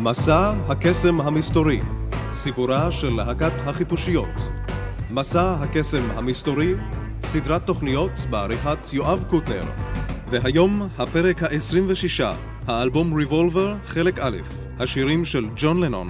מסע הקסם המסתורי, סיפורה של להקת החיפושיות. מסע הקסם המסתורי, סדרת תוכניות בעריכת יואב קוטנר. והיום הפרק ה-26, האלבום ריבולבר חלק א', השירים של ג'ון לנון.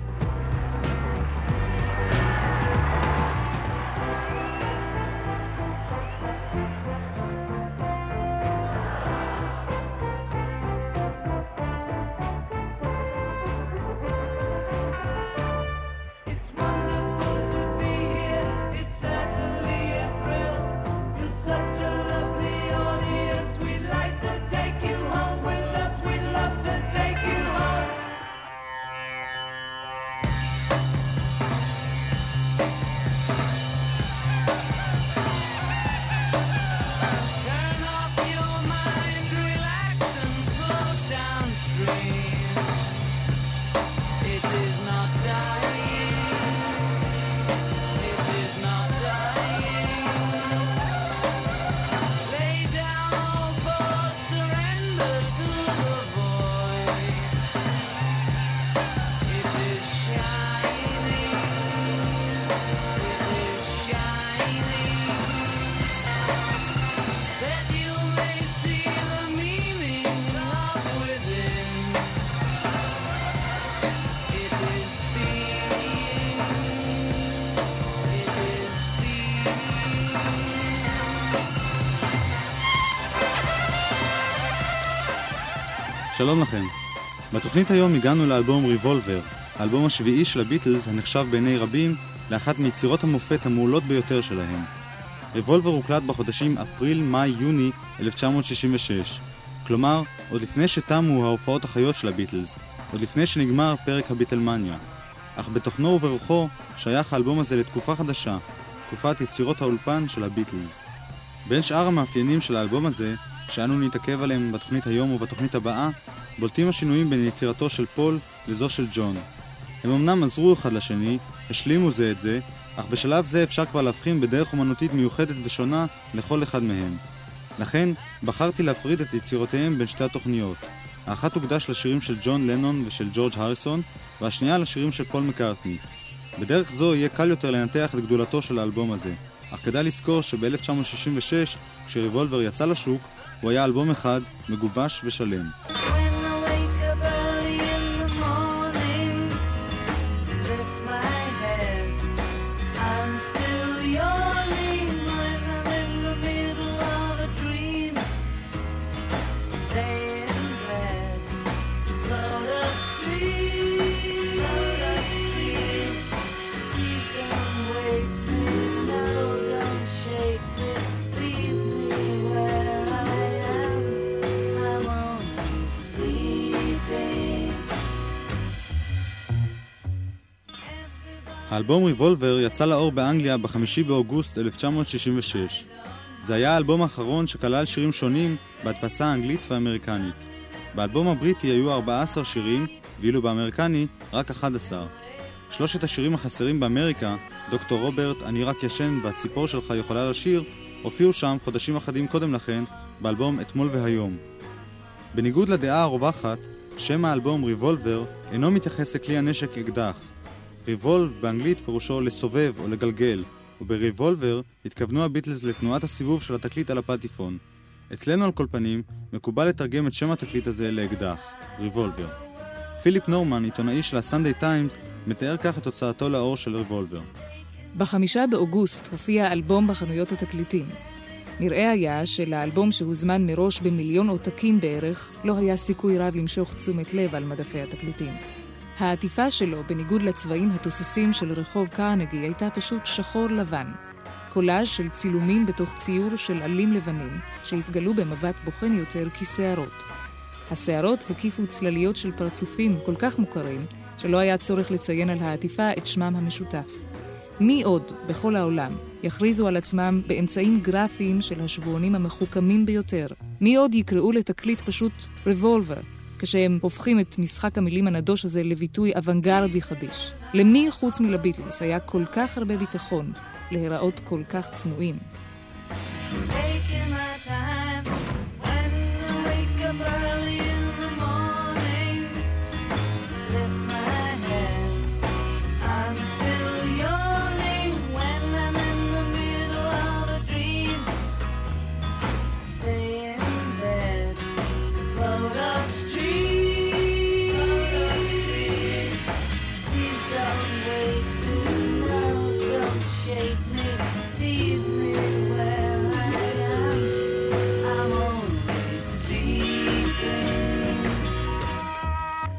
שלום לכם. בתוכנית היום הגענו לאלבום ריבולבר, האלבום השביעי של הביטלס הנחשב בעיני רבים לאחת מיצירות המופת המעולות ביותר שלהם. ריבולבר הוקלט בחודשים אפריל, מאי, יוני 1966. כלומר, עוד לפני שתמו ההופעות החיות של הביטלס, עוד לפני שנגמר פרק הביטלמניה. אך בתוכנו וברוחו שייך האלבום הזה לתקופה חדשה, תקופת יצירות האולפן של הביטלס. בין שאר המאפיינים של האלבום הזה, שאנו נתעכב עליהם בתוכנית היום ובתוכנית הבאה, בולטים השינויים בין יצירתו של פול לזו של ג'ון. הם אמנם עזרו אחד לשני, השלימו זה את זה, אך בשלב זה אפשר כבר להבחין בדרך אומנותית מיוחדת ושונה לכל אחד מהם. לכן בחרתי להפריד את יצירותיהם בין שתי התוכניות. האחת הוקדש לשירים של ג'ון לנון ושל ג'ורג' הריסון, והשנייה לשירים של פול מקארטני. בדרך זו יהיה קל יותר לנתח את גדולתו של האלבום הזה, אך כדאי לזכור שב-1966, כשריבולבר יצא לשוק, הוא היה אלבום אחד, מגובש ושלם. האלבום ריבולבר יצא לאור באנגליה ב-5 באוגוסט 1966. זה היה האלבום האחרון שכלל שירים שונים בהדפסה האנגלית והאמריקנית. באלבום הבריטי היו 14 שירים, ואילו באמריקני רק 11. שלושת השירים החסרים באמריקה, דוקטור רוברט, אני רק ישן והציפור שלך יכולה לשיר, הופיעו שם חודשים אחדים קודם לכן באלבום אתמול והיום. בניגוד לדעה הרווחת, שם האלבום ריבולבר אינו מתייחס לכלי הנשק אקדח. ריבולב באנגלית פירושו לסובב או לגלגל, ובריבולבר התכוונו הביטלס לתנועת הסיבוב של התקליט על הפטיפון. אצלנו על כל פנים מקובל לתרגם את שם התקליט הזה לאקדח, ריבולבר. פיליפ נורמן, עיתונאי של הסנדיי טיימס, מתאר כך את הוצאתו לאור של ריבולבר. ב5 באוגוסט הופיע אלבום בחנויות התקליטים. נראה היה שלאלבום שהוזמן מראש במיליון עותקים בערך, לא היה סיכוי רב למשוך תשומת לב על מדפי התקליטים. העטיפה שלו, בניגוד לצבעים התוססים של רחוב קרנגי, הייתה פשוט שחור לבן. קולאז' של צילומים בתוך ציור של עלים לבנים, שהתגלו במבט בוחן יותר כשערות. השערות הקיפו צלליות של פרצופים כל כך מוכרים, שלא היה צורך לציין על העטיפה את שמם המשותף. מי עוד בכל העולם יכריזו על עצמם באמצעים גרפיים של השבועונים המחוכמים ביותר? מי עוד יקראו לתקליט פשוט ריבולבר? כשהם הופכים את משחק המילים הנדוש הזה לביטוי אוונגרדי חדיש. למי חוץ מלביטלס היה כל כך הרבה ביטחון להיראות כל כך צנועים? When I wake up early in the morning,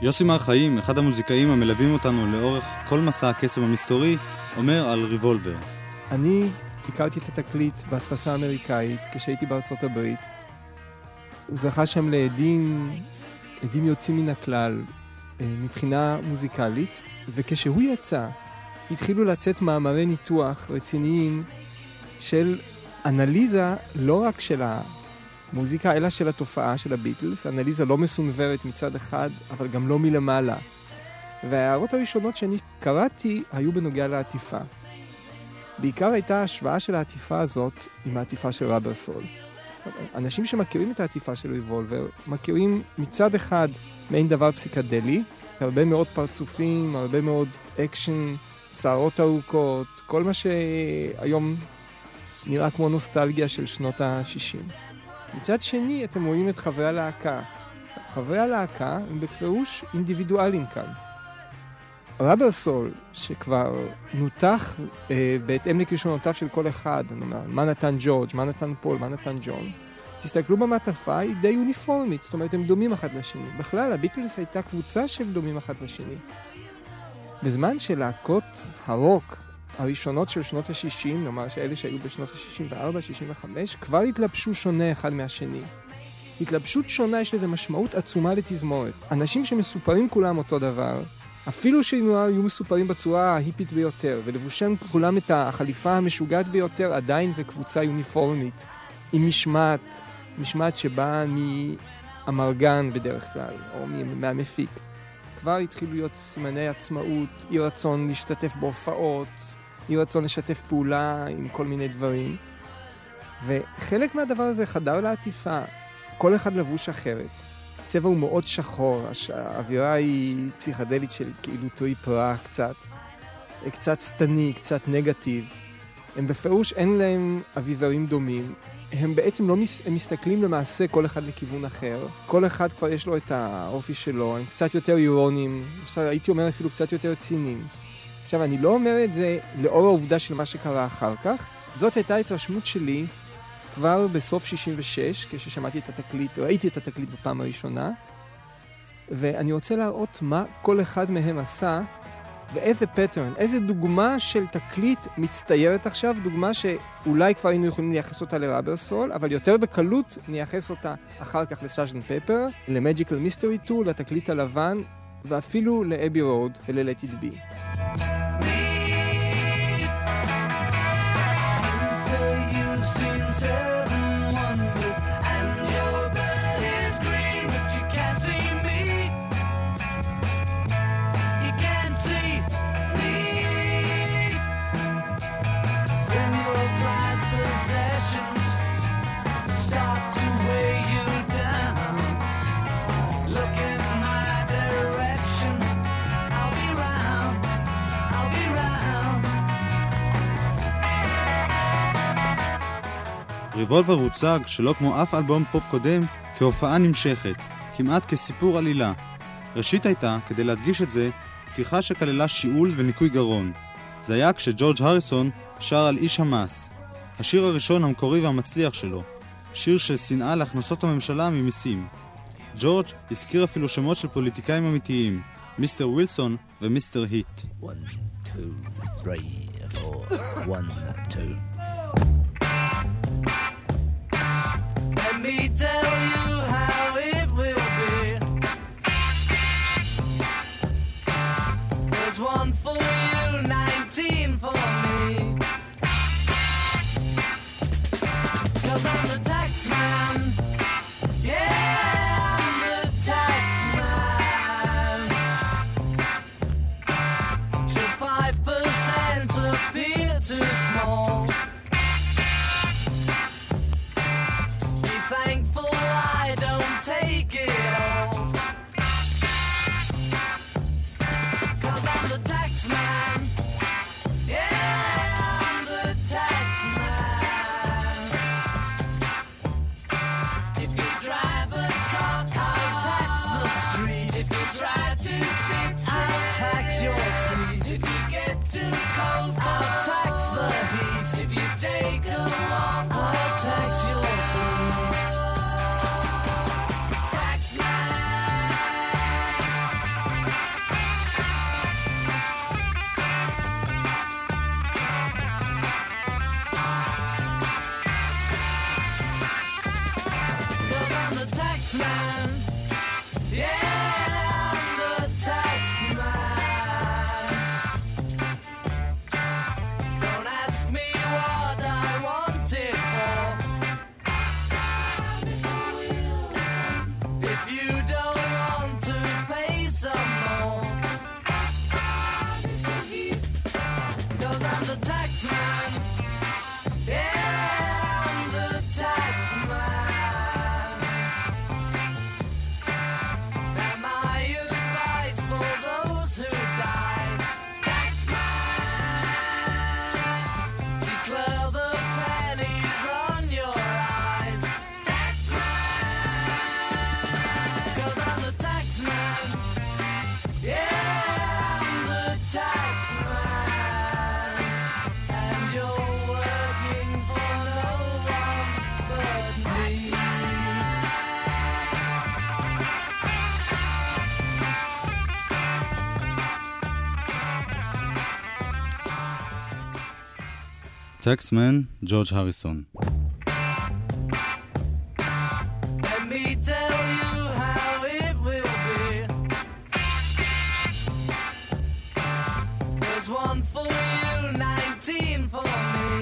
יוסי מר חיים, אחד המוזיקאים המלווים אותנו לאורך כל מסע הקסם המסתורי, אומר על ריבולבר. אני הכרתי את התקליט בהדפסה האמריקאית כשהייתי בארצות הברית. הוא זכה שם לעדים יוצאים מן הכלל מבחינה מוזיקלית, וכשהוא יצא, התחילו לצאת מאמרי ניתוח רציניים של אנליזה לא רק של המוזיקה, אלא של התופעה של הביטלס, אנליזה לא מסונברת מצד אחד, אבל גם לא מלמעלה. וההערות הראשונות שאני קראתי היו בנוגע לעטיפה. בעיקר הייתה השוואה של העטיפה הזאת עם העטיפה של ראבר סול. אנשים שמכירים את העטיפה של ריבולבר, מכירים מצד אחד מעין דבר פסיקדלי, הרבה מאוד פרצופים, הרבה מאוד אקשן, שערות ארוכות, כל מה שהיום נראה כמו נוסטלגיה של שנות ה-60. מצד שני, אתם רואים את חברי הלהקה. חברי הלהקה הם בפירוש אינדיבידואלים כאן. ראבר סול, שכבר נותח בהתאם לכישרונותיו של כל אחד, אני אומר, מה נתן ג'ורג', מה נתן פול, מה נתן ג'ון, תסתכלו במעטפה, היא די אוניפורמית, זאת אומרת, הם דומים אחד לשני. בכלל, הביטלס הייתה קבוצה של דומים אחד לשני. בזמן שלהקות הרוק הראשונות של שנות ה-60, נאמר שאלה שהיו בשנות ה-64, 65, כבר התלבשו שונה אחד מהשני. התלבשות שונה יש לזה משמעות עצומה לתזמורת. אנשים שמסופרים כולם אותו דבר, אפילו שינואר היו מסופרים בצורה ההיפית ביותר, ולבושם כולם את החליפה המשוגעת ביותר, עדיין וקבוצה יוניפורמית, עם משמעת שבאה מהמרגן בדרך כלל, או מהמפיק. כבר התחילו להיות סימני עצמאות, אי רצון להשתתף בהופעות, אי רצון לשתף פעולה עם כל מיני דברים. וחלק מהדבר הזה חדר לעטיפה, כל אחד לבוש אחרת. הצבע הוא מאוד שחור, האווירה היא פסיכדלית של כאילו טוי פרח קצת סטני, קצת נגטיב. הם בפירוש אין להם אביזרים דומים. הם בעצם לא הם מסתכלים למעשה כל אחד לכיוון אחר. כל אחד כבר יש לו את האופי שלו, הם קצת יותר אירונים, הייתי אומר אפילו קצת יותר ציניים. עכשיו, אני לא אומר את זה לאור העובדה של מה שקרה אחר כך. זאת הייתה התרשמות שלי כבר בסוף 66, כששמעתי את התקליט, ראיתי את התקליט בפעם הראשונה, ואני רוצה להראות מה כל אחד מהם עשה, ואיזה פטרן, איזה דוגמה של תקליט מצטיירת עכשיו, דוגמה שאולי כבר היינו יכולים לייחס אותה לראבר סול, אבל יותר בקלות נייחס אותה אחר כך לסארג'נט פפר, למג'יקל מיסטרי טור, לתקליט הלבן, ואפילו לאבי רוד ול-Let It Be. ריבולבר הוצג שלא כמו אף אלבום פופ קודם כהופעה נמשכת, כמעט כסיפור עלילה. ראשית הייתה, כדי להדגיש את זה, פתיחה שכללה שיעול וניקוי גרון. זה היה כשג'ורג' הריסון שר על איש המס, השיר הראשון המקורי והמצליח שלו, שיר של שנאה להכנסות הממשלה ממיסים. ג'ורג' הזכיר אפילו שמות של פוליטיקאים אמיתיים, מיסטר ווילסון ומיסטר היט. 1, 2, 3, 4, 1, 2. Let me tell you how it will be. There's one for you, 19 for me. 'Cause I'm the tax man. Yeah, I'm the tax man. Should 5% appear too small? טקסמן, ג'ורג' הריסון. Let me tell you how it will be. There's one for you, 19 for me.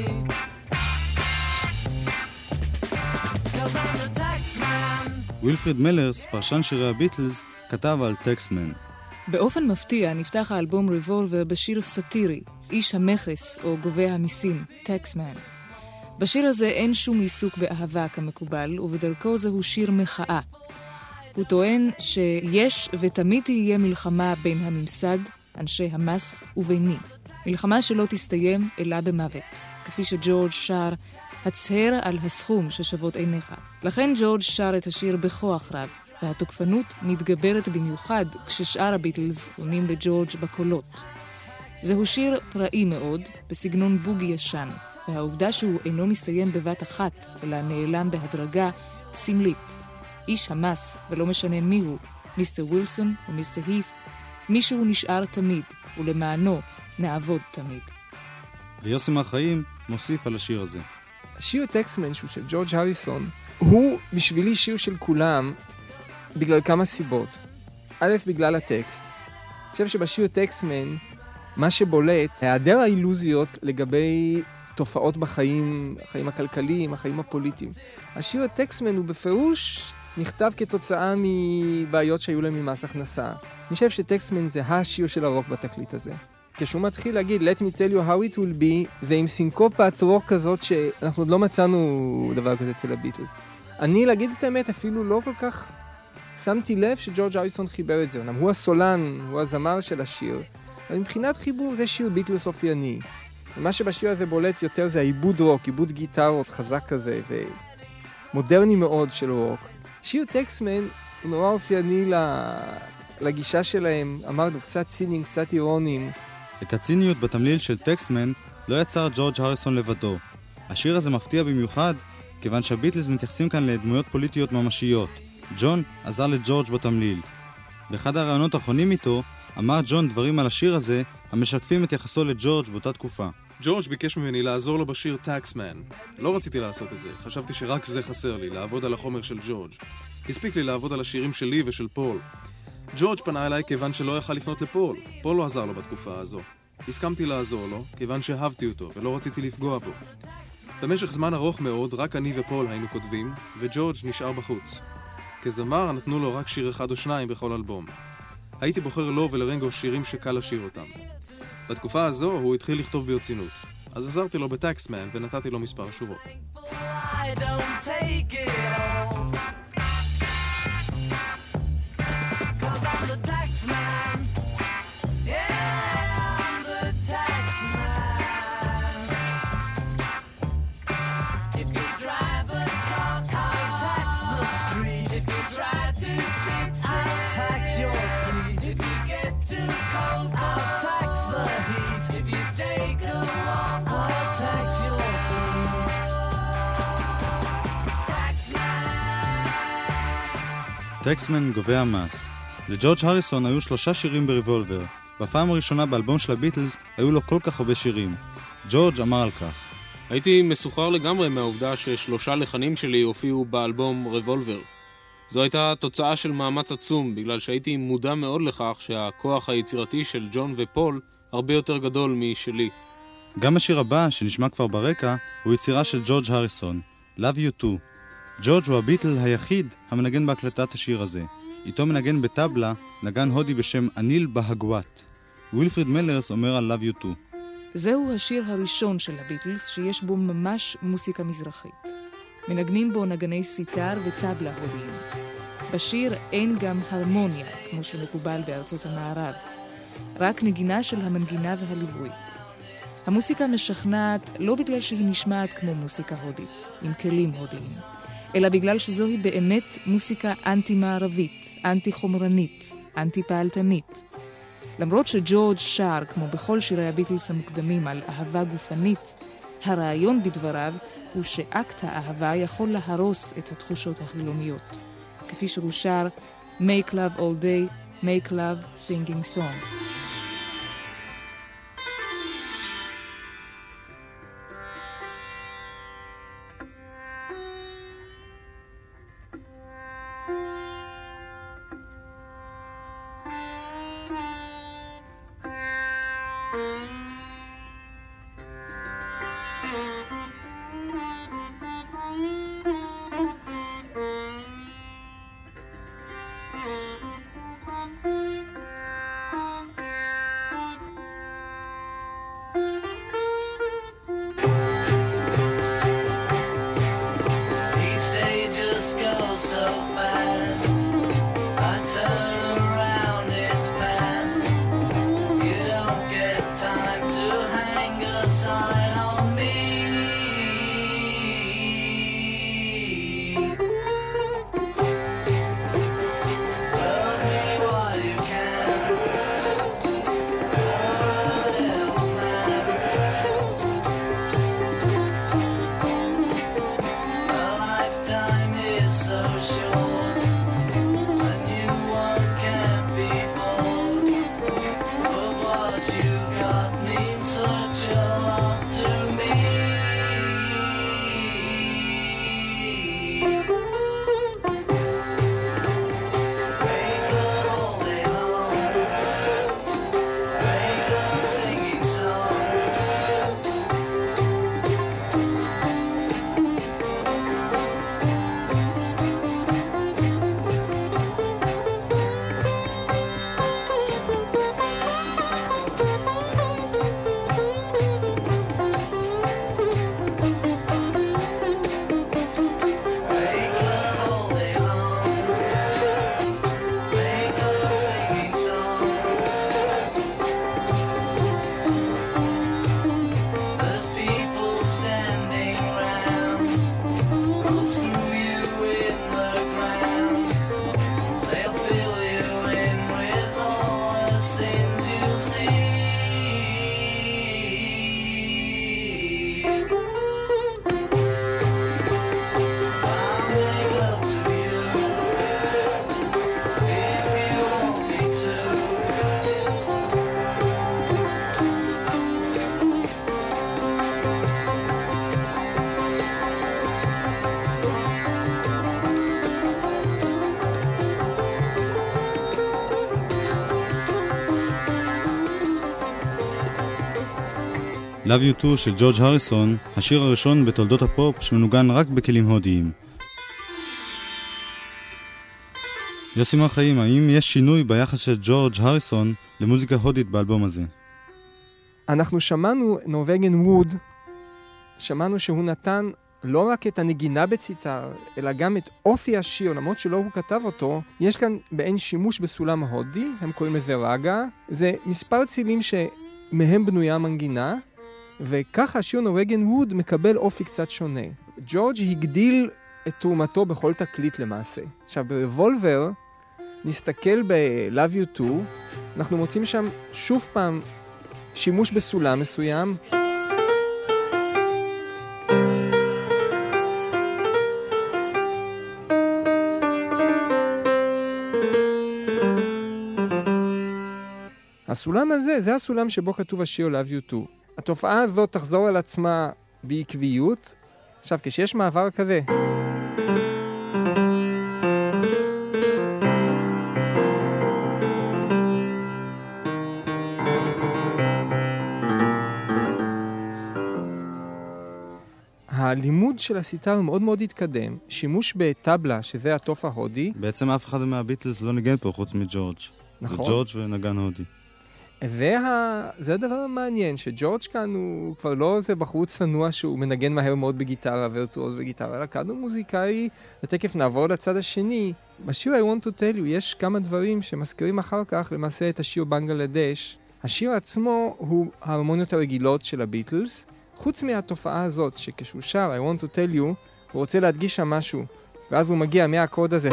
'Cause I'm the taxman. ווילפריד מלרס, פרשן שירי הביטלס, כתב על טקסמן. באופן מפתיע נפתח האלבום ריבולבר בשיר סאטירי, איש המכס או גובה המיסים, טקסמן. בשיר הזה אין שום עיסוק באהבה כמקובל, ובדרכו זהו שיר מחאה. הוא טוען שיש ותמיד תהיה מלחמה בין הממסד, אנשי המס וביני. מלחמה שלא תסתיים אלא במוות, כפי שג'ורג' שר, הצהר על הסכום ששוות עיניך. לכן ג'ורג' שר את השיר בכוח רב, והתוקפנות מתגברת במיוחד כששאר הביטלס עונים לג'ורג' בקולות. זהו שיר פראי מאוד, בסגנון בוגי ישן, והעובדה שהוא אינו מסתיים בבת אחת, אלא נעלם בהדרגה סמלית. איש המס, ולא משנה מיהו, מיסטר ווילסון או מיסטר הית', מישהו נשאר תמיד, ולמענו נעבוד תמיד. ויוסי מהחיים מוסיף על השיר הזה. השיר טקסמן, שהוא של ג'ורג' הריסון, הוא בשבילי שיר של כולם בגלל כמה סיבות. א', בגלל הטקסט. אני חושב שבשיר טקסמן, מה שבולט, היעדר האילוזיות לגבי תופעות בחיים, החיים הכלכליים, החיים הפוליטיים. השיר הטקסמן הוא בפירוש נכתב כתוצאה מבעיות שהיו להם ממס הכנסה. אני חושב שטקסמן זה השיר של הרוק בתקליט הזה. כשהוא מתחיל להגיד, let me tell you how it will be, זה עם סינקופת רוק כזאת שאנחנו עוד לא מצאנו דבר כזה אצל הביטלס. אני, להגיד את האמת, אפילו לא כל כך שמתי לב שג'ורג' הריסון חיבר את זה. הוא הסולן, הוא הזמר של השיר. אבל מבחינת חיבור זה שיר ביטלס אופייני. ומה שבשיר הזה בולט יותר זה העיבוד רוק, עיבוד גיטרות חזק כזה, ומודרני מאוד של רוק. שיר טקסמן הוא נורא אופייני לגישה שלהם, אמרנו, קצת ציניים, קצת אירונים. את הציניות בתמליל של טקסמן לא יצר ג'ורג' הריסון לבדו. השיר הזה מפתיע במיוחד, כיוון שהביטלס מתייחסים כאן לדמויות פוליטיות ממשיות. ג'ון עזר לג'ורג' בתמליל. באחד הרעיונות האחרונים איתו, אמר ג'ון דברים על השיר הזה, המשקפים את יחסו לג'ורג' באותה תקופה. ג'ורג' ביקש ממני לעזור לו בשיר טקסמן. לא רציתי לעשות את זה, חשבתי שרק זה חסר לי, לעבוד על החומר של ג'ורג'. הספיק לי לעבוד על השירים שלי ושל פול. ג'ורג' פנה אליי כיוון שלא יכל לפנות לפול. פול לא עזר לו בתקופה הזו. הסכמתי לעזור לו, כיוון שאהבתי אותו ולא רציתי לפגוע בו. במשך זמן ארוך מאוד, רק אני ופול היינו כותבים, וג'ורג' נשאר בחוץ. כזמר נתנו לו רק שיר אחד או שניים בכל אלבום. הייתי בוחר לו ולרנגו שירים שקל לשיר אותם. בתקופה הזו הוא התחיל לכתוב ברצינות. אז עזרתי לו בטקסמן ונתתי לו מספר שורות. I don't take it all. 'Cause I'm the taxman. Yeah, I'm the taxman. If you drive a car, I'll tax the street. If you try to fix it, I'll tax your seat. If you get too cold, I'll tax the heat. If you take a walk, I'll tax your food. טקסמן גובה המס. לג'ורג' הריסון היו 3 שירים בריבולבר. בפעם הראשונה באלבום של הביטלס היו לו כל כך הרבה שירים. ג'ורג' אמר על כך. הייתי מסוחר לגמרי מהעובדה ש3 לחנים שלי הופיעו באלבום ריבולבר. זו הייתה תוצאה של מאמץ עצום, בגלל שהייתי מודע מאוד לכך שהכוח היצירתי של ג'ון ופול הרבה יותר גדול משלי. גם השיר הבא, שנשמע כבר ברקע, הוא יצירה של ג'ורג' הריסון, Love You Too. ג'ורג' הוא הביטל היחיד המנגן בהקלטת השיר הזה. איתו מנגן בטבלה נגן הודי בשם אניל בהגוואט. ווילפריד מלרס אומר על Love You Too. זהו השיר הראשון של הביטלס שיש בו ממש מוסיקה מזרחית. מנגנים בו נגני סיטר וטבלה הודיים. בשיר אין גם הרמוניה, כמו שמקובל בארצות המערב. רק נגינה של המנגינה והליווי. המוסיקה משכנעת לא בגלל שהיא נשמעת כמו מוסיקה הודית, עם כלים הודיים, אלא בגלל שזוהי באמת מוסיקה אנטי-מערבית, אנטי-חומרנית, אנטי-פעלתנית. למרות שג'ורג' שר, כמו בכל שירי הביטלס המוקדמים, על אהבה גופנית, הרעיון בדבריו הוא שאקט האהבה יכול להרוס את התחושות החילוניות. כפי שהוא שר, Make love all day, make love singing songs. Love You Too של ג'ורג' הריסון, השיר הראשון בתולדות הפופ שמנוגן רק בכלים הודיים. יוסי מר חיים, האם יש שינוי ביחס של ג'ורג' הריסון למוזיקה הודית באלבום הזה? אנחנו שמענו נורווגן ווד, שמענו שהוא נתן לא רק את הנגינה בציטר, אלא גם את אופי השיר, למרות שלא הוא כתב אותו. יש כאן בעין שימוש בסולם הודי, הם קוראים לזה רגע. זה מספר צילים שמהם בנויה מנגינה, וככה השיר נורווגן ווד מקבל אופי קצת שונה. ג'ורג' הגדיל את תרומתו בכל תקליט למעשה. עכשיו, ברבולבר, נסתכל ב-Love You Too, אנחנו מוצאים שם שוב פעם שימוש בסולם מסוים. הסולם הזה, זה הסולם שבו כתוב השיר Love You Too. התופעה הזאת תחזור על עצמה בעקביות. עכשיו, כשיש מעבר כזה, הלימוד של הסיטר מאוד מאוד התקדם, שימוש בטבלה, שזה התוף ההודי. בעצם אף אחד מהביטלס לא ניגן פה חוץ מג'ורג'. נכון. ג'ורג' ונגן הודי. זה הדבר המעניין, שג'ורג' כאן הוא כבר לא איזה בחור צנוע שהוא מנגן מהר מאוד בגיטרה, וירטואוז בגיטרה, אלא כאן הוא מוזיקאי, ותקף נעבור לצד השני. בשיר I Want to Tell You יש כמה דברים שמזכירים אחר כך למעשה את השיר בנגלדש. השיר עצמו הוא ההרמוניות הרגילות של הביטלס, חוץ מהתופעה הזאת שכשהוא שר I Want to Tell You, הוא רוצה להדגיש שם משהו, ואז הוא מגיע מהקוד הזה.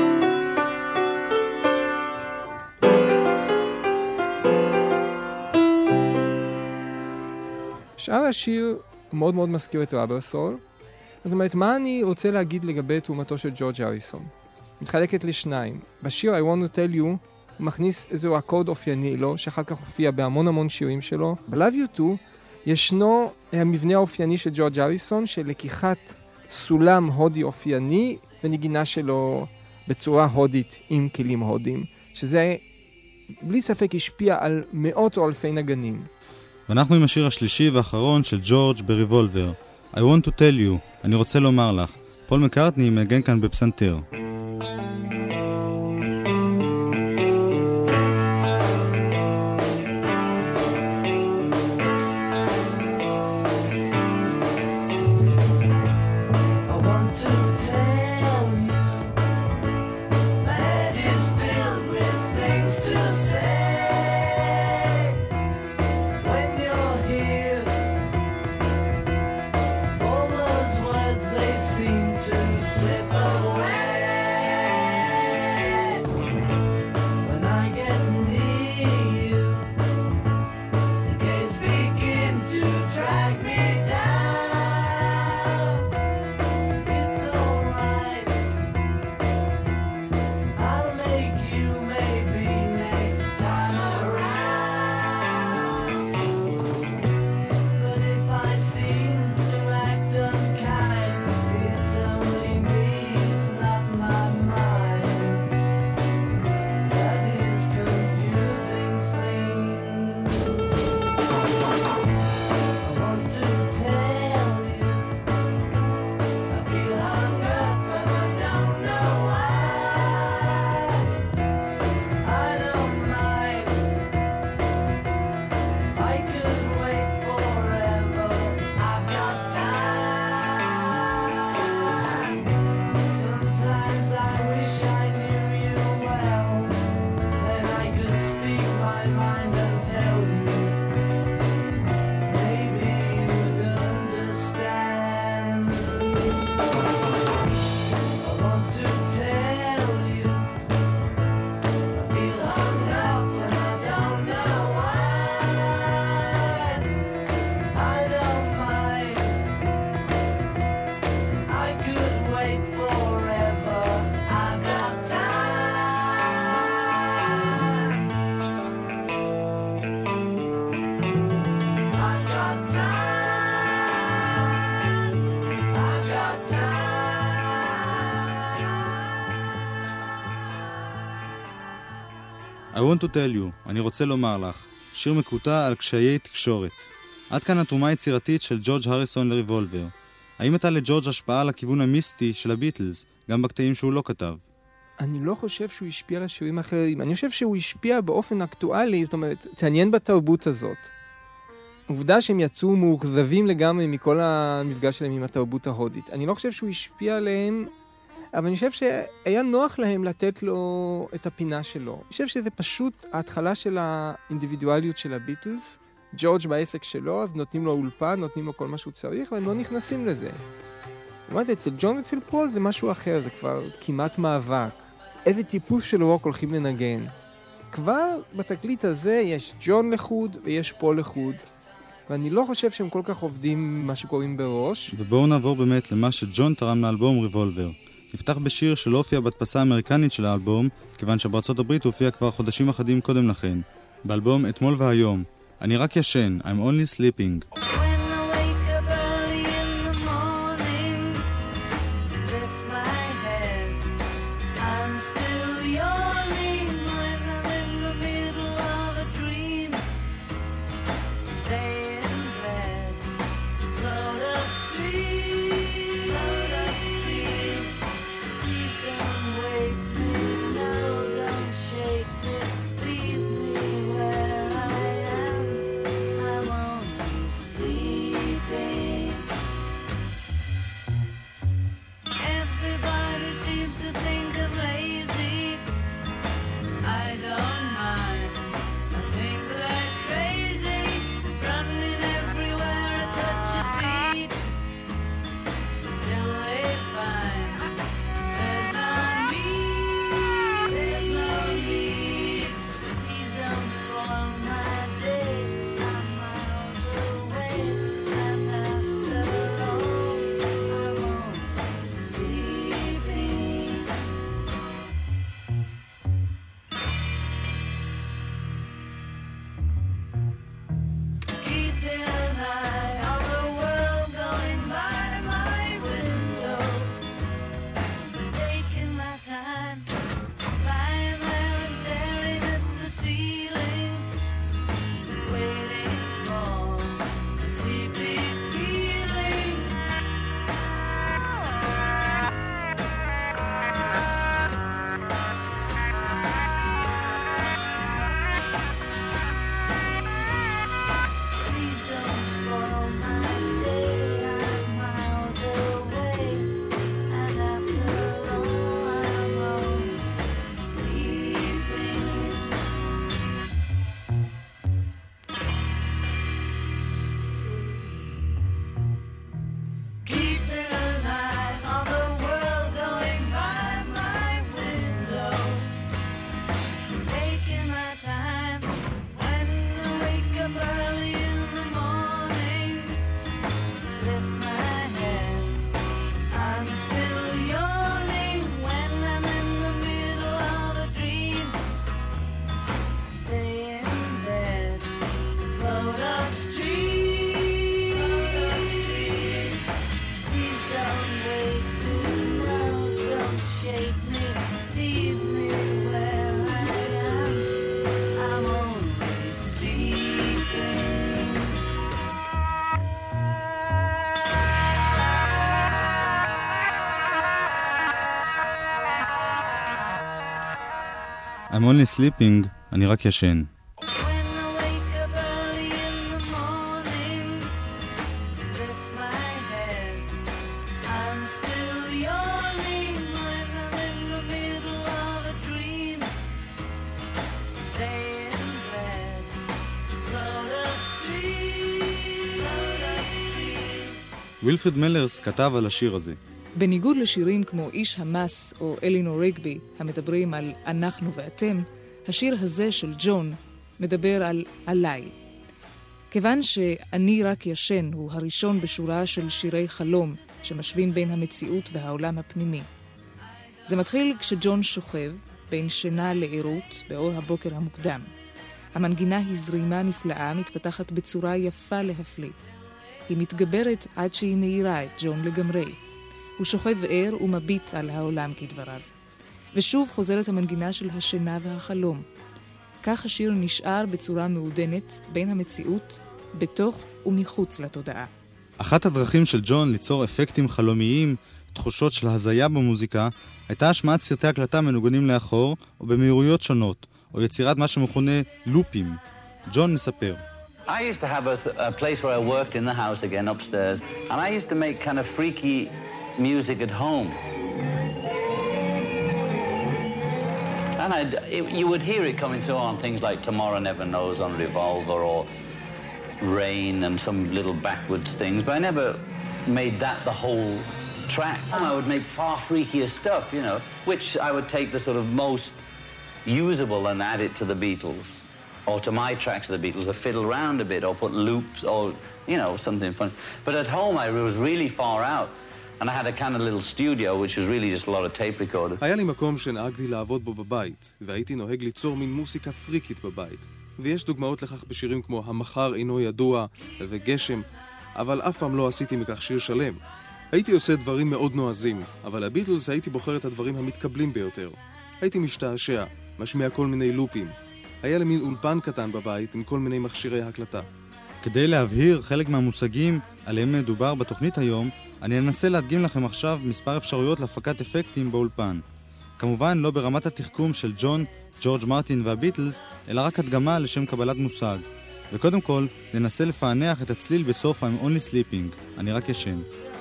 שאר השיר מאוד מאוד מזכיר את רבר סול. זאת אומרת, מה אני רוצה להגיד לגבי תרומתו של ג'ורג' הריסון? מתחלקת לשניים. בשיר I Want to Tell You הוא מכניס איזו אקורד אופייני לו, שאחר כך הופיע בהמון המון שירים שלו. ב-Love You Too ישנו המבנה האופייני של ג'ורג' הריסון, של לקיחת סולם הודי אופייני ונגינה שלו בצורה הודית עם כלים הודיים, שזה בלי ספק השפיע על מאות או אלפי נגנים. ואנחנו עם השיר השלישי והאחרון של ג'ורג' בריבולבר, I Want to Tell You, אני רוצה לומר לך. פול מקארטני מנגן כאן בפסנתר. I want to tell you, אני רוצה לומר לך, שיר מקוטע על קשיי תקשורת. עד כאן התרומה היצירתית של ג'ורג' הריסון לריבולבר. האם הייתה לג'ורג' השפעה על הכיוון המיסטי של הביטלס, גם בקטעים שהוא לא כתב? אני לא חושב שהוא השפיע על השירים האחרים. אני חושב שהוא השפיע באופן אקטואלי, זאת אומרת, תעניין בתרבות הזאת. עובדה שהם יצאו מאוכזבים לגמרי מכל המפגש שלהם עם התרבות ההודית. אני לא חושב שהוא השפיע עליהם, אבל אני חושב שהיה נוח להם לתת לו את הפינה שלו. אני חושב שזה פשוט ההתחלה של האינדיבידואליות של הביטלס. ג'ורג' בעסק שלו, אז נותנים לו אולפן, נותנים לו כל מה שהוא צריך, והם לא נכנסים לזה. זאת אצל ג'ון ואצל פול זה משהו אחר, זה כבר כמעט מאבק. איזה טיפוס של רוק הולכים לנגן. כבר בתקליט הזה יש ג'ון לחוד ויש פול לחוד, ואני לא חושב שהם כל כך עובדים מה שקוראים בראש. ובואו נעבור באמת למה שג'ון תרם לאלבום ריבולבר. נפתח בשיר שלא הופיע בהדפסה האמריקנית של האלבום, כיוון שבארצות הברית הופיע כבר חודשים אחדים קודם לכן. באלבום אתמול והיום. אני רק ישן, I'm only sleeping. I'm only sleeping, אני רק ישן. וילפריד מלרס כתב על השיר הזה. בניגוד לשירים כמו איש המס או אלינור ריגבי המדברים על אנחנו ואתם, השיר הזה של ג'ון מדבר על עליי. כיוון שאני רק ישן הוא הראשון בשורה של שירי חלום שמשווים בין המציאות והעולם הפנימי. זה מתחיל כשג'ון שוכב בין שינה לעירות באור הבוקר המוקדם. המנגינה היא זרימה נפלאה, מתפתחת בצורה יפה להפליא. היא מתגברת עד שהיא מאירה את ג'ון לגמרי. הוא שוכב ער ומביט על העולם כדבריו. ושוב חוזרת המנגינה של השינה והחלום. כך השיר נשאר בצורה מעודנת בין המציאות בתוך ומחוץ לתודעה. אחת הדרכים של ג'ון ליצור אפקטים חלומיים, תחושות של הזיה במוזיקה, הייתה השמעת סרטי הקלטה מנוגנים לאחור או במהירויות שונות, או יצירת מה שמכונה לופים. ג'ון מספר. I used to have a place where I worked in the house again upstairs, and I used to make kind of freaky music at home. And you would hear it coming through on things like Tomorrow Never Knows on Revolver or Rain and some little backwards things, but I never made that the whole track. I would make far freakier stuff, you know, which I would take the sort of most usable and add it to the Beatles, or to my tracks of the Beatles, or fiddle around a bit, or put loops, or, you know, something fun. But at home I was really far out, and I had a kind of little studio, which was really just a lot of tape recorders. היה לי מקום שנהגתי לעבוד בו בבית, והייתי נוהג ליצור מין מוסיקה פריקית בבית. ויש דוגמאות לכך בשירים כמו המחר אינו ידוע וגשם, אבל אף פעם לא עשיתי מכך שיר שלם. הייתי עושה דברים מאוד נועזים, אבל הביטלס הייתי בוחר את הדברים המתקבלים ביותר. הייתי משתעשע, משמיע כל מיני לופים. היה לי מין אולפן קטן בבית עם כל מיני מכשירי הקלטה. כדי להבהיר חלק מהמושגים עליהם מדובר בתוכנית היום, אני אנסה להדגים לכם עכשיו מספר אפשרויות להפקת אפקטים באולפן. כמובן לא ברמת התחכום של ג'ון, ג'ורג' מרטין והביטלס, אלא רק הדגמה לשם קבלת מושג. וקודם כל, ננסה לפענח את הצליל בסוף I'm only sleeping, אני רק ישן.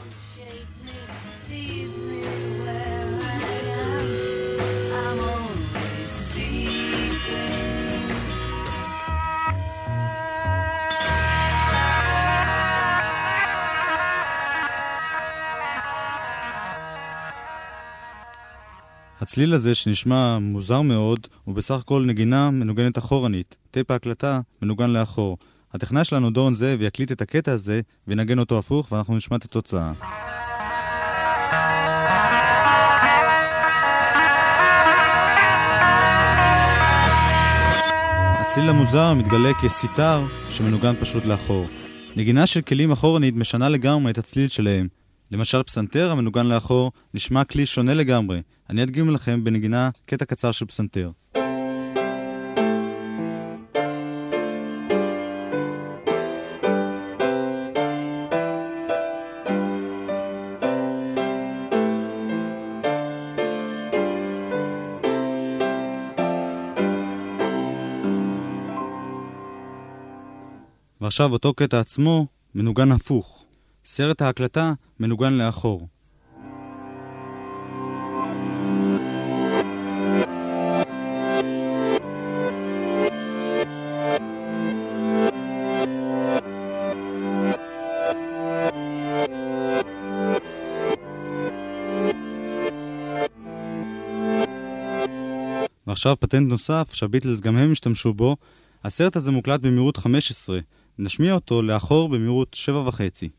הצליל הזה שנשמע מוזר מאוד הוא בסך הכל נגינה מנוגנת אחורנית, טייפ ההקלטה מנוגן לאחור. הטכנאי שלנו דורון זאב יקליט את הקטע הזה ונגן אותו הפוך ואנחנו נשמע את התוצאה. הצליל המוזר מתגלה כסיטר שמנוגן פשוט לאחור. נגינה של כלים אחורנית משנה לגמרי את הצליל שלהם. למשל פסנתר המנוגן לאחור נשמע כלי שונה לגמרי. אני אדגים לכם בנגינה קטע קצר של פסנתר. ועכשיו אותו קטע עצמו מנוגן הפוך. סרט ההקלטה מנוגן לאחור. ועכשיו פטנט נוסף שהביטלס גם הם השתמשו בו. הסרט הזה מוקלט במהירות 15. נשמיע אותו לאחור במהירות 7.5.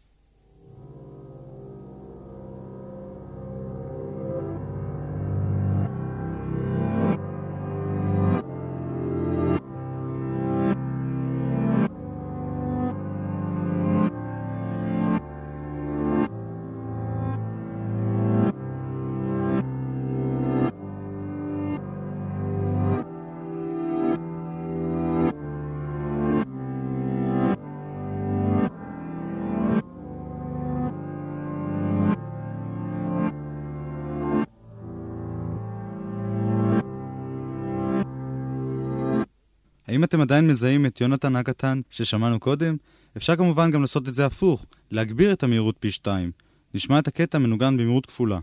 האם אתם עדיין מזהים את יונתן הקטן ששמענו קודם? אפשר כמובן גם לעשות את זה הפוך, להגביר את המהירות פי 2. נשמע את הקטע מנוגן במהירות כפולה.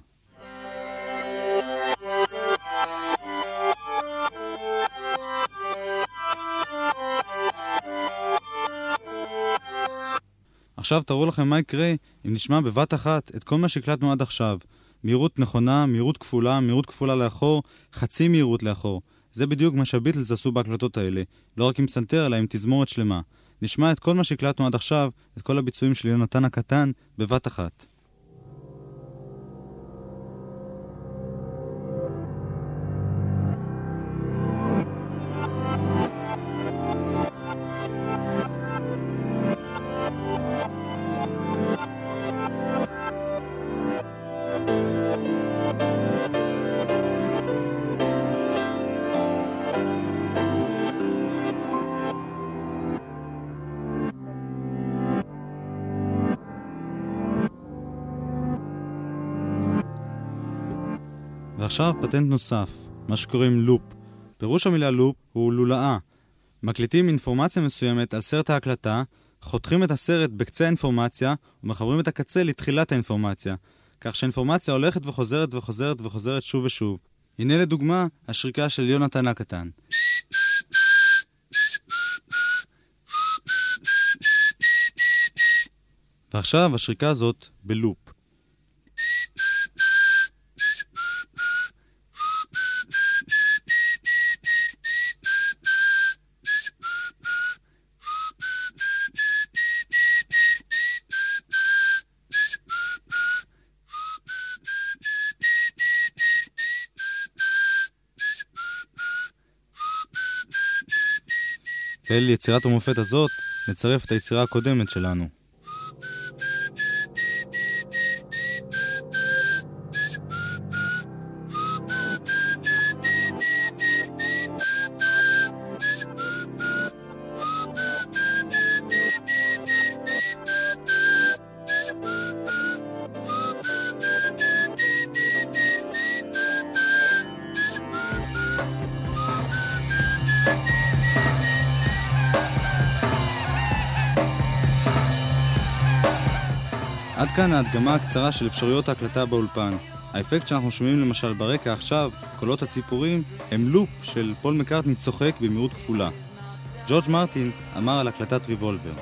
עכשיו תראו לכם מה יקרה אם נשמע בבת אחת את כל מה שהקלטנו עד עכשיו. מהירות נכונה, מהירות כפולה לאחור, חצי מהירות לאחור. זה בדיוק מה שהביטלס עשו בהקלטות האלה, לא רק עם פסנתר אלא עם תזמורת שלמה. נשמע את כל מה שהקלטנו עד עכשיו, את כל הביצועים של יונתן הקטן, בבת אחת. ועכשיו פטנט נוסף, מה שקוראים לופ. פירוש המילה לופ הוא לולאה. מקליטים אינפורמציה מסוימת על סרט ההקלטה, חותכים את הסרט בקצה האינפורמציה ומחברים את הקצה לתחילת האינפורמציה, כך שהאינפורמציה הולכת וחוזרת וחוזרת וחוזרת שוב ושוב. הנה לדוגמה השריקה של יונתן הקטן. ועכשיו השריקה הזאת בלופ. ואל יצירת המופת הזאת נצרף את היצירה הקודמת שלנו. עד כאן ההדגמה הקצרה של אפשרויות ההקלטה באולפן. האפקט שאנחנו שומעים למשל ברקע עכשיו, קולות הציפורים, הם לופ של פול מקארטני צוחק במהירות כפולה. ג'ורג' מרטין אמר על הקלטת ריבולבר.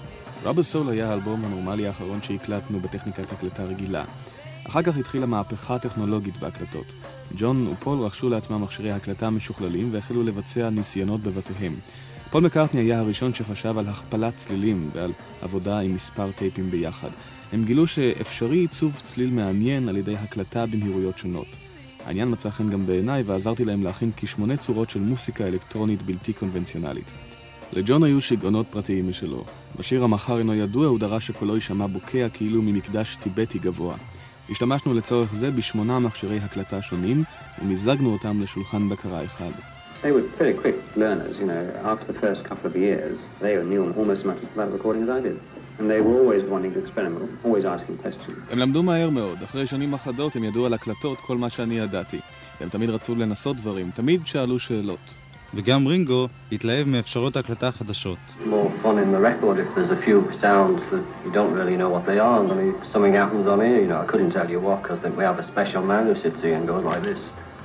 רבר סול היה האלבום הנורמלי האחרון שהקלטנו בטכניקת הקלטה רגילה. אחר כך התחילה מהפכה טכנולוגית בהקלטות. ג'ון ופול רכשו לעצמם מכשירי הקלטה משוכללים והחלו לבצע ניסיונות בבתיהם. פול מקארטני היה הראשון שחשב על הכפלת צלילים ועל עבודה עם מספר טייפים ביחד. הם גילו שאפשרי עיצוב צליל מעניין על ידי הקלטה במהירויות שונות. העניין מצא חן גם בעיניי ועזרתי להם להכין כ8 צורות של מוסיקה אלקטרונית בלתי קונבנציונלית. לג'ון היו שיגעונות פרטיים משלו. בשיר המחר אינו ידוע הוא דרש שקולו יישמע בוקע כאילו ממקדש טיבטי גבוה. השתמשנו לצורך זה ב8 מכשירי הקלטה שונים ומזגנו אותם לשולחן בקרה אחד. They were very quick learners, you know. After the first couple of years, they knew almost as much about recording as I did. And they were always wanting to experiment, always asking questions. הם למדו מהר מאוד. אחרי שנים אחדות הם ידעו על הקלטות כל מה שאני ידעתי. הם תמיד רצו לנסות דברים, תמיד שאלו שאלות. וגם רינגו התלהב מאפשרות ההקלטה החדשות. More fun in the record if there's a few sounds that you don't really know what they are. I mean, if something happens on here, you know, I couldn't tell you what, because we have a special man who sits here and goes like this.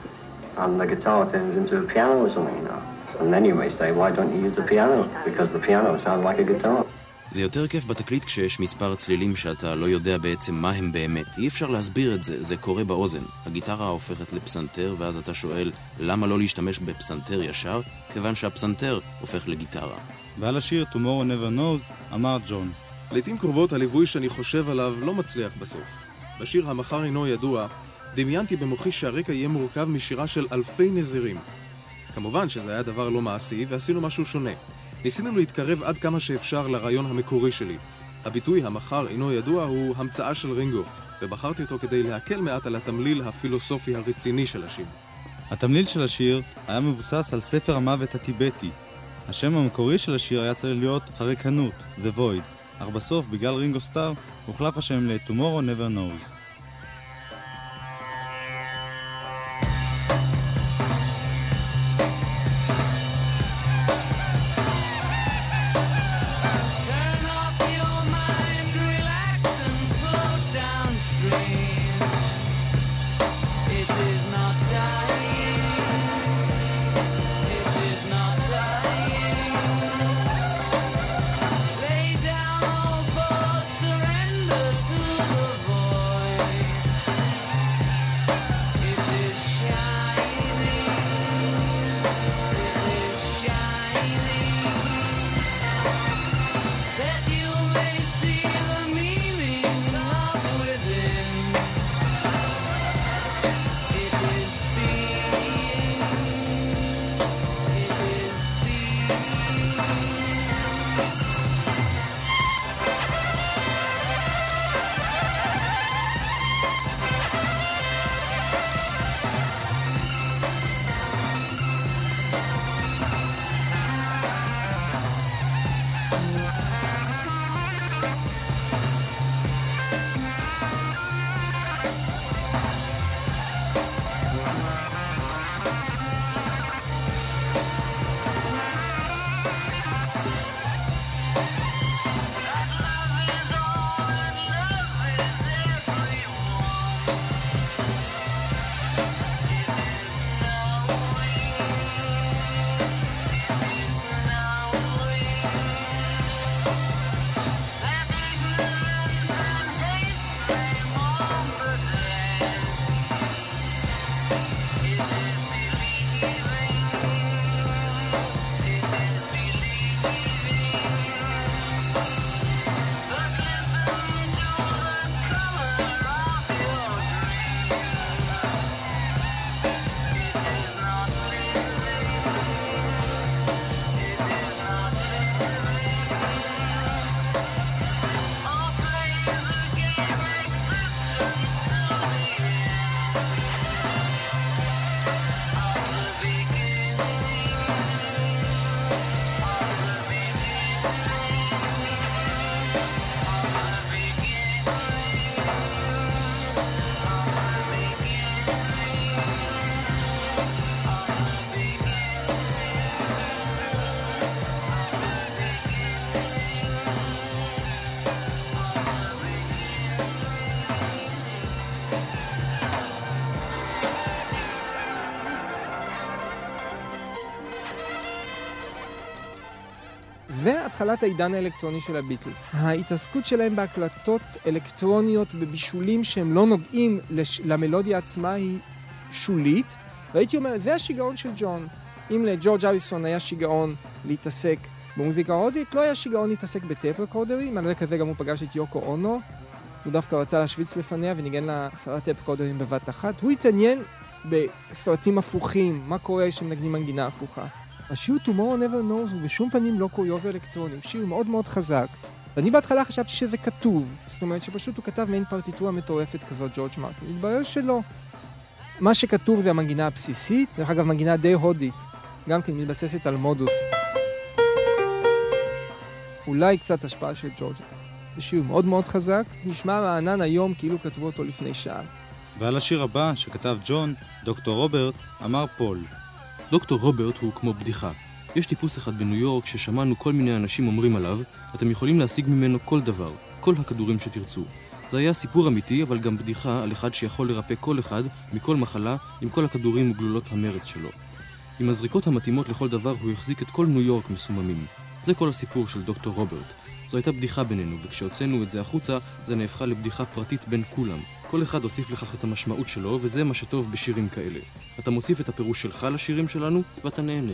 And the guitar turns into a piano or something, you know. And then you may say, why don't you use the piano? Because the piano sounds like a guitar. זה יותר כיף בתקליט כשיש מספר צלילים שאתה לא יודע בעצם מה הם באמת. אי אפשר להסביר את זה, זה קורה באוזן. הגיטרה הופכת לפסנתר, ואז אתה שואל למה לא להשתמש בפסנתר ישר? כיוון שהפסנתר הופך לגיטרה. ועל השיר Tomorrow Never Knows אמר ג'ון. לעתים קרובות הליווי שאני חושב עליו לא מצליח בסוף. בשיר המחר אינו ידוע, דמיינתי במוחי שהרקע יהיה מורכב משירה של אלפי נזירים. כמובן שזה היה דבר לא מעשי ועשינו משהו שונה. ניסינו להתקרב עד כמה שאפשר לרעיון המקורי שלי. הביטוי המחר אינו ידוע הוא המצאה של רינגו, ובחרתי אותו כדי להקל מעט על התמליל הפילוסופי הרציני של השיר. התמליל של השיר היה מבוסס על ספר המוות הטיבטי. השם המקורי של השיר היה צריך להיות הריקנות, The Void, אך בסוף בגלל רינגו סטאר הוחלף השם ל-Tomorrow Never Knows. Lay down all but surrender to the void. זה התחלת העידן האלקטרוני של הביטלס. ההתעסקות שלהם בהקלטות אלקטרוניות ובישולים שהם לא נוגעים למלודיה עצמה היא שולית, והייתי אומר, זה השיגעון של ג'ון. אם לג'ורג' אריסון היה שיגעון להתעסק במוזיקה הודית, לא היה שיגעון להתעסק בטייפ רקורדרים, על רקע זה גם הוא פגש את יוקו אונו, הוא דווקא רצה להשוויץ לפניה וניגן לה 10 טייפ רקורדרים בבת אחת. הוא התעניין בסרטים הפוכים, מה קורה שמנגנים מנגינה הפוכה. השיר Tomorrow Never Knows הוא בשום פנים לא קוריוז אלקטרוני, הוא שיר מאוד מאוד חזק. ואני בהתחלה חשבתי שזה כתוב, זאת אומרת שפשוט הוא כתב מעין פרטיטורה מטורפת כזאת, ג'ורג' מרטין. מתברר שלא. מה שכתוב זה המנגינה הבסיסית, דרך אגב מנגינה די הודית, גם כן מתבססת על מודוס. אולי קצת השפעה של ג'ורג'. זה שיר מאוד מאוד חזק, נשמע רענן היום כאילו כתבו אותו לפני שעה. ועל השיר הבא שכתב ג'ון, דוקטור רוברט, אמר פול. דוקטור רוברט הוא כמו בדיחה. יש טיפוס אחד בניו יורק ששמענו כל מיני אנשים אומרים עליו, אתם יכולים להשיג ממנו כל דבר, כל הכדורים שתרצו. זה היה סיפור אמיתי, אבל גם בדיחה על אחד שיכול לרפא כל אחד מכל מחלה עם כל הכדורים וגלולות המרץ שלו. עם הזריקות המתאימות לכל דבר הוא החזיק את כל ניו יורק מסוממים. זה כל הסיפור של דוקטור רוברט. זו הייתה בדיחה בינינו, וכשהוצאנו את זה החוצה, זה נהפכה לבדיחה פרטית בין כולם. כל אחד הוסיף לכך את המשמעות שלו, וזה מה שטוב בשירים כאלה. אתה מוסיף את הפירוש שלך לשירים שלנו, ואתה נהנה.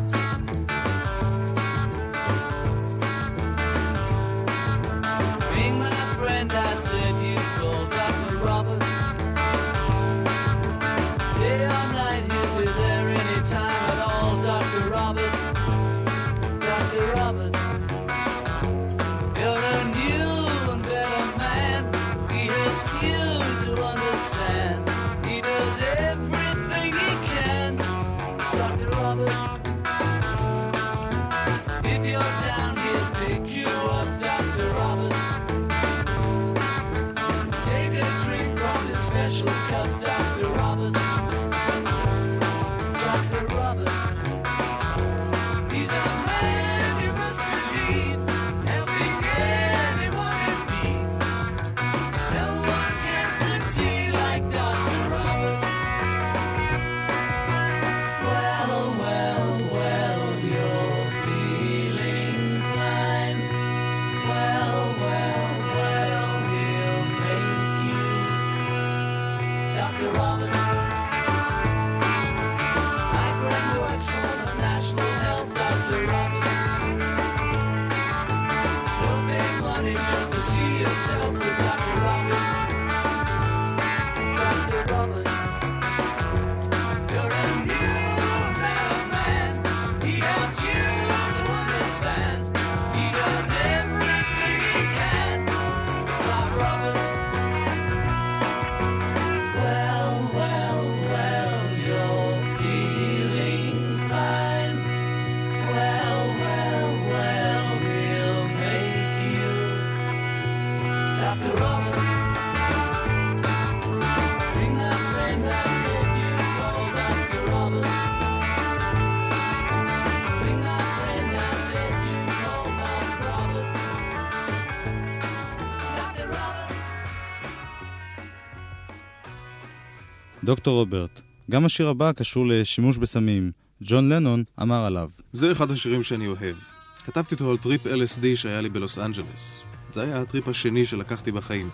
דוקטור רוברט, גם השיר הבא קשור לשימוש בסמים. ג'ון לנון אמר עליו. זה אחד השירים שאני אוהב. כתבתי אותו על טריפ LSD שהיה לי בלוס אנג'לס. זה היה הטריפ השני שלקחתי בחיים.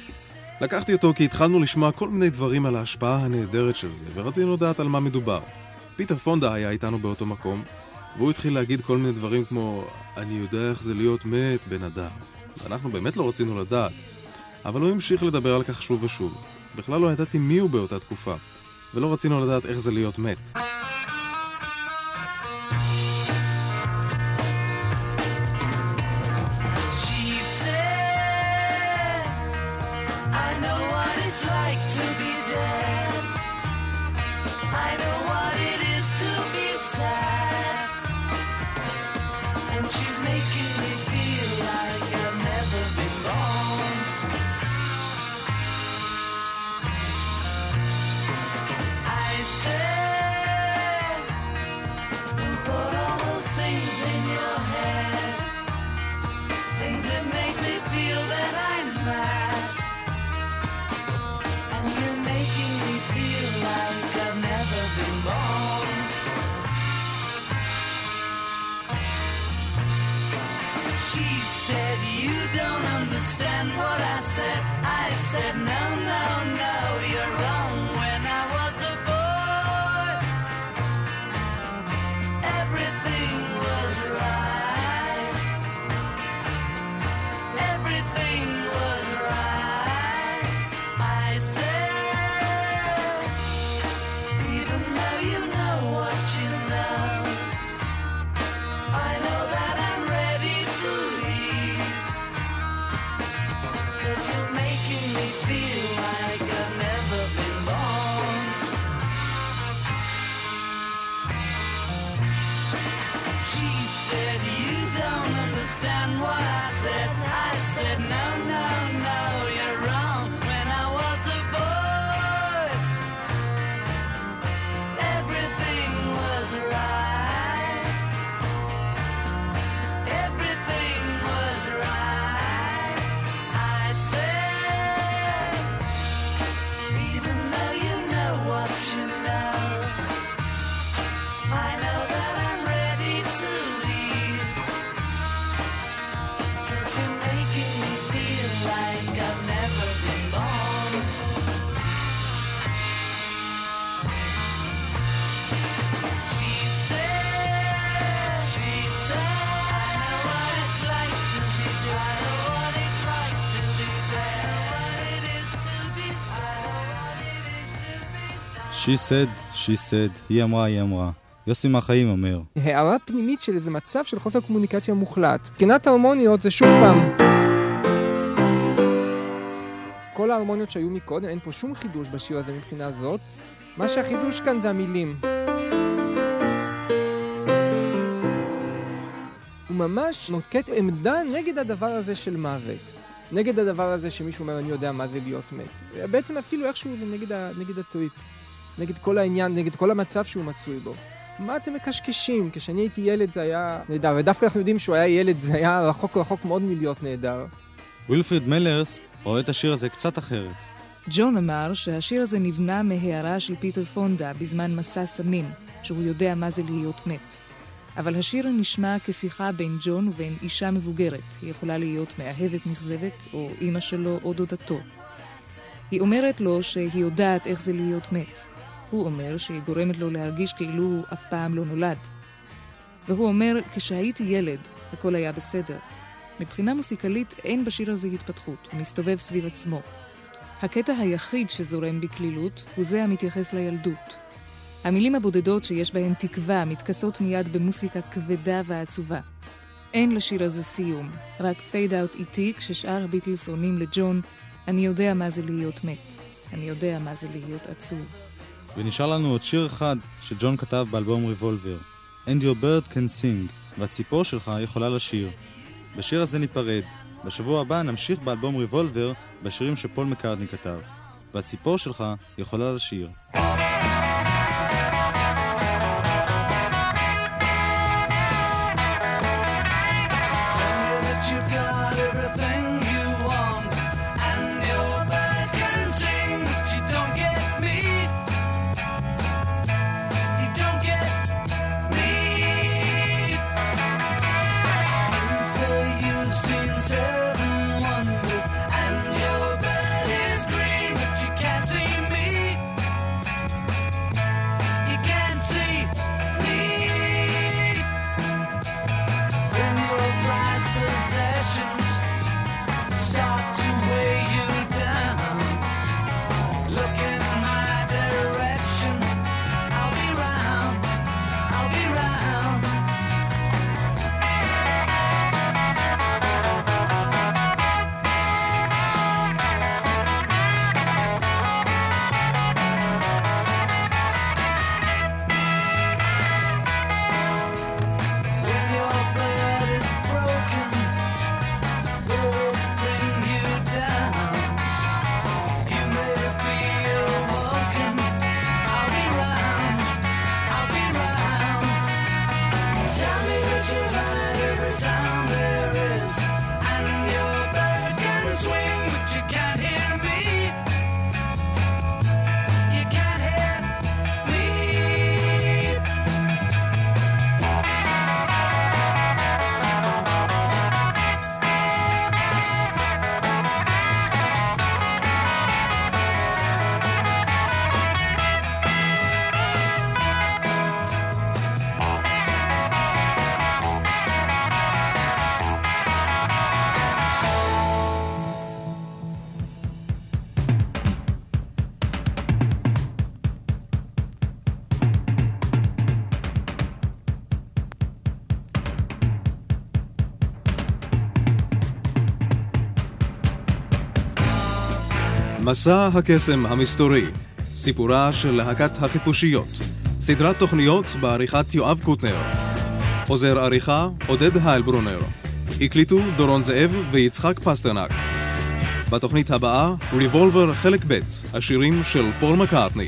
לקחתי אותו כי התחלנו לשמוע כל מיני דברים על ההשפעה הנהדרת של זה, ורצינו לדעת על מה מדובר. פיטר פונדה היה איתנו באותו מקום, והוא התחיל להגיד כל מיני דברים כמו אני יודע איך זה להיות מת בן אדם. ואנחנו באמת לא רצינו לדעת. אבל הוא המשיך לדבר על כך שוב ושוב. בכלל לא ידעתי מי הוא באותה תקופה, ולא רצינו לדעת איך זה להיות מת. understand what I said. I said, no, no, no, you're wrong. When I was a boy, everything was right. Everything was right. I said, even though you know what you know, I know that I'm ready to leave. 'Cause you're making me feel like I've never been born. She said, you don't understand what I said. I said, no, no, no, you're wrong. When I was a boy, everything was right. Everything was right. I said, even though you know what you know, I know that I'm ready to leave. 'Cause you're making me feel like I've never been born. She said, I know what it's like to be there. I know what it's like to be there. What it is to be sad. What it is to be sad. She said, היא אמרה. יוסי מהחיים אומר. הערה פנימית של איזה מצב של חוסר קומוניקציה מוחלט. מבחינת ההרמוניות זה שוב פעם. כל ההרמוניות שהיו מקודם, אין פה שום חידוש בשיר הזה מבחינה זאת. מה שהחידוש כאן זה המילים. הוא ממש נוקט עמדה נגד הדבר הזה של מוות. נגד הדבר הזה שמישהו אומר, אני יודע מה זה להיות מת. בעצם אפילו איכשהו זה נגד הטריפ. נגד כל העניין, נגד כל המצב שהוא מצוי בו. מה אתם מקשקשים? כשאני הייתי ילד זה היה נהדר, ודווקא אנחנו יודעים שהוא היה ילד, זה היה רחוק מאוד מלהיות נהדר. ווילפריד מלרס רואה את השיר הזה קצת אחרת. ג'ון אמר שהשיר הזה נבנה מהערה של פיטר פונדה בזמן מסע סמים, שהוא יודע מה זה להיות מת. אבל השיר נשמע כשיחה בין ג'ון ובין אישה מבוגרת. היא יכולה להיות מאהבת נכזבת, או אמא שלו, או דודתו. היא אומרת לו שהיא יודעת איך זה להיות מת. הוא אומר שהיא גורמת לו להרגיש כאילו הוא אף פעם לא נולד. והוא אומר, כשהייתי ילד, הכל היה בסדר. מבחינה מוסיקלית אין בשיר הזה התפתחות, הוא מסתובב סביב עצמו. הקטע היחיד שזורם בכלילות הוא זה המתייחס לילדות. המילים הבודדות שיש בהן תקווה מתכסות מיד במוסיקה כבדה ועצובה. אין לשיר הזה סיום, רק פייד אאוט איטי כששאר הביטלס עונים לג'ון, אני יודע מה זה להיות מת, אני יודע מה זה להיות עצוב. ונשאר לנו עוד שיר אחד שג'ון כתב באלבום ריבולבר, And Your Bird Can Sing, והציפור שלך יכולה לשיר. בשיר הזה ניפרד. בשבוע הבא נמשיך באלבום ריבולבר בשירים שפול מקארטני כתב. והציפור שלך יכולה לשיר. מסע הקסם המסתורי, סיפורה של להקת החיפושיות, סדרת תוכניות בעריכת יואב קוטנר. עוזר עריכה עודד היילברונר. הקליטו דורון זאב ויצחק פסטרנק. בתוכנית הבאה, ריבולבר חלק ב', השירים של פול מקארטני.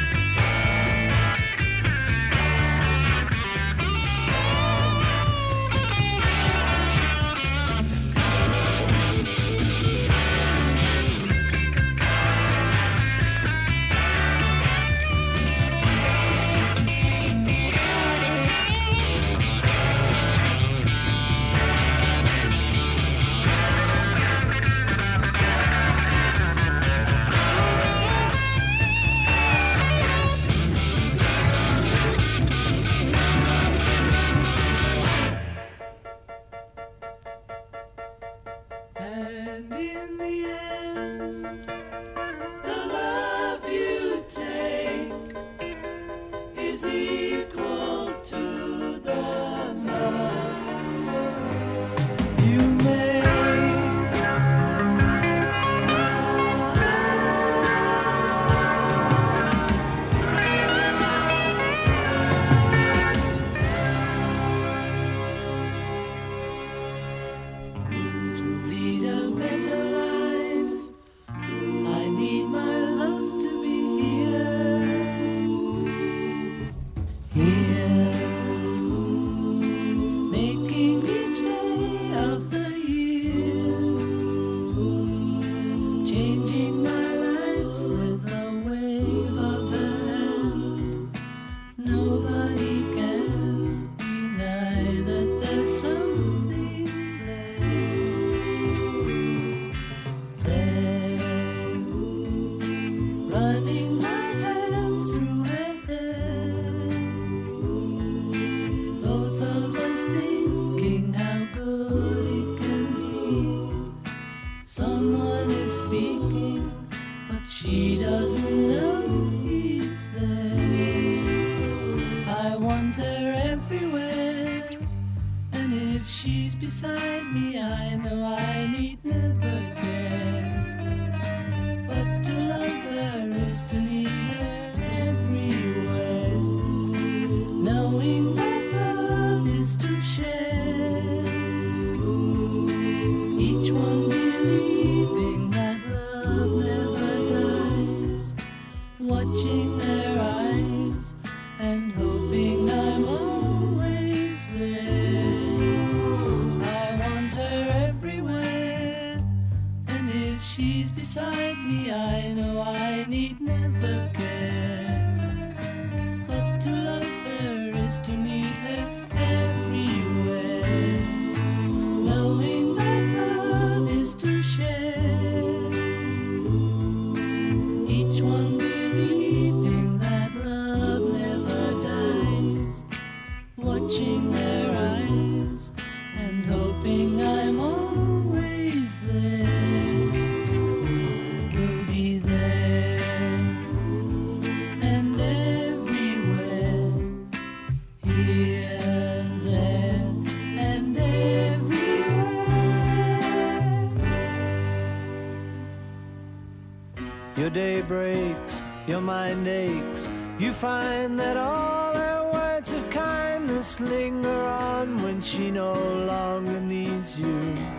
Your day breaks, your mind aches. You find that all her words of kindness linger on when she no longer needs you.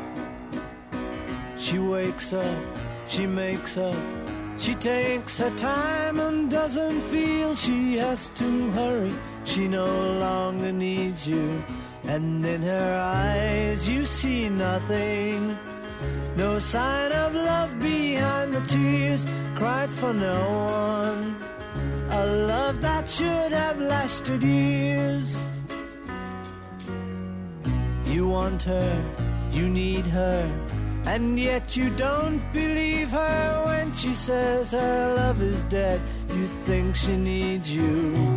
She wakes up, she makes up, she takes her time and doesn't feel she has to hurry. She no longer needs you. And in her eyes you see nothing. No sign of love behind the tears cried for no one. A love that should have lasted years. You want her, you need her, and yet you don't believe her when she says her love is dead. You think she needs you.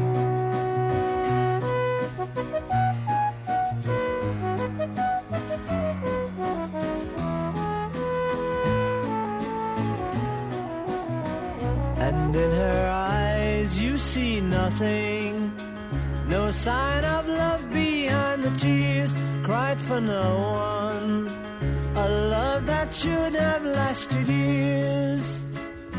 And in her eyes you see nothing. No sign of love behind the tears cried for no one. A love that should have lasted years.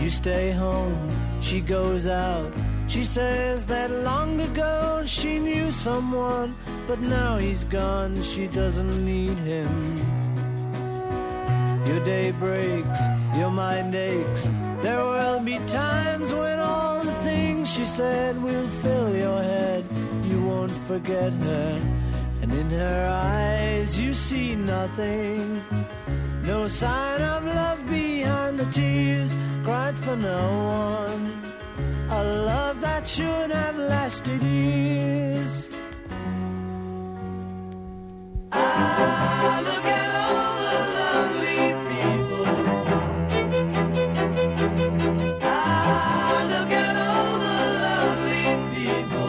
You stay home, she goes out. She says that long ago she knew someone, but now he's gone, she doesn't need him. Your day breaks, your mind aches. There will be times when all the things she said will fill your head. You won't forget her, and in her eyes you see nothing. No sign of love behind the tears cried for no one. A love that should have lasted years. Ah, look at all the lonely people. Ah, look at all the lonely people.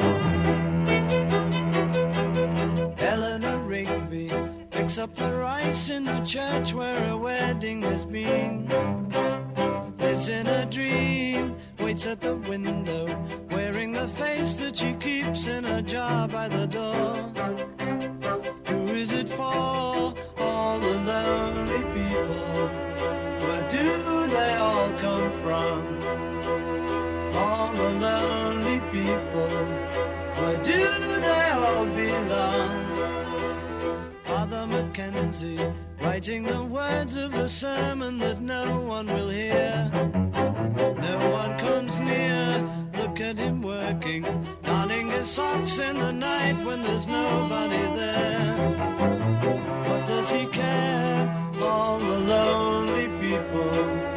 Eleanor Rigby picks up the rice in the church where a wedding has been. Lives in a dream, waits at the window, wearing the face that she keeps in a jar by the door. Who is it for? All the lonely people. Where do they all come from? All the lonely people. Where do they all belong? Father Mackenzie, writing the words of a sermon that no one will hear. No one comes near, look at him working, darning his socks in the night when there's nobody there. What does he care? All the lonely people.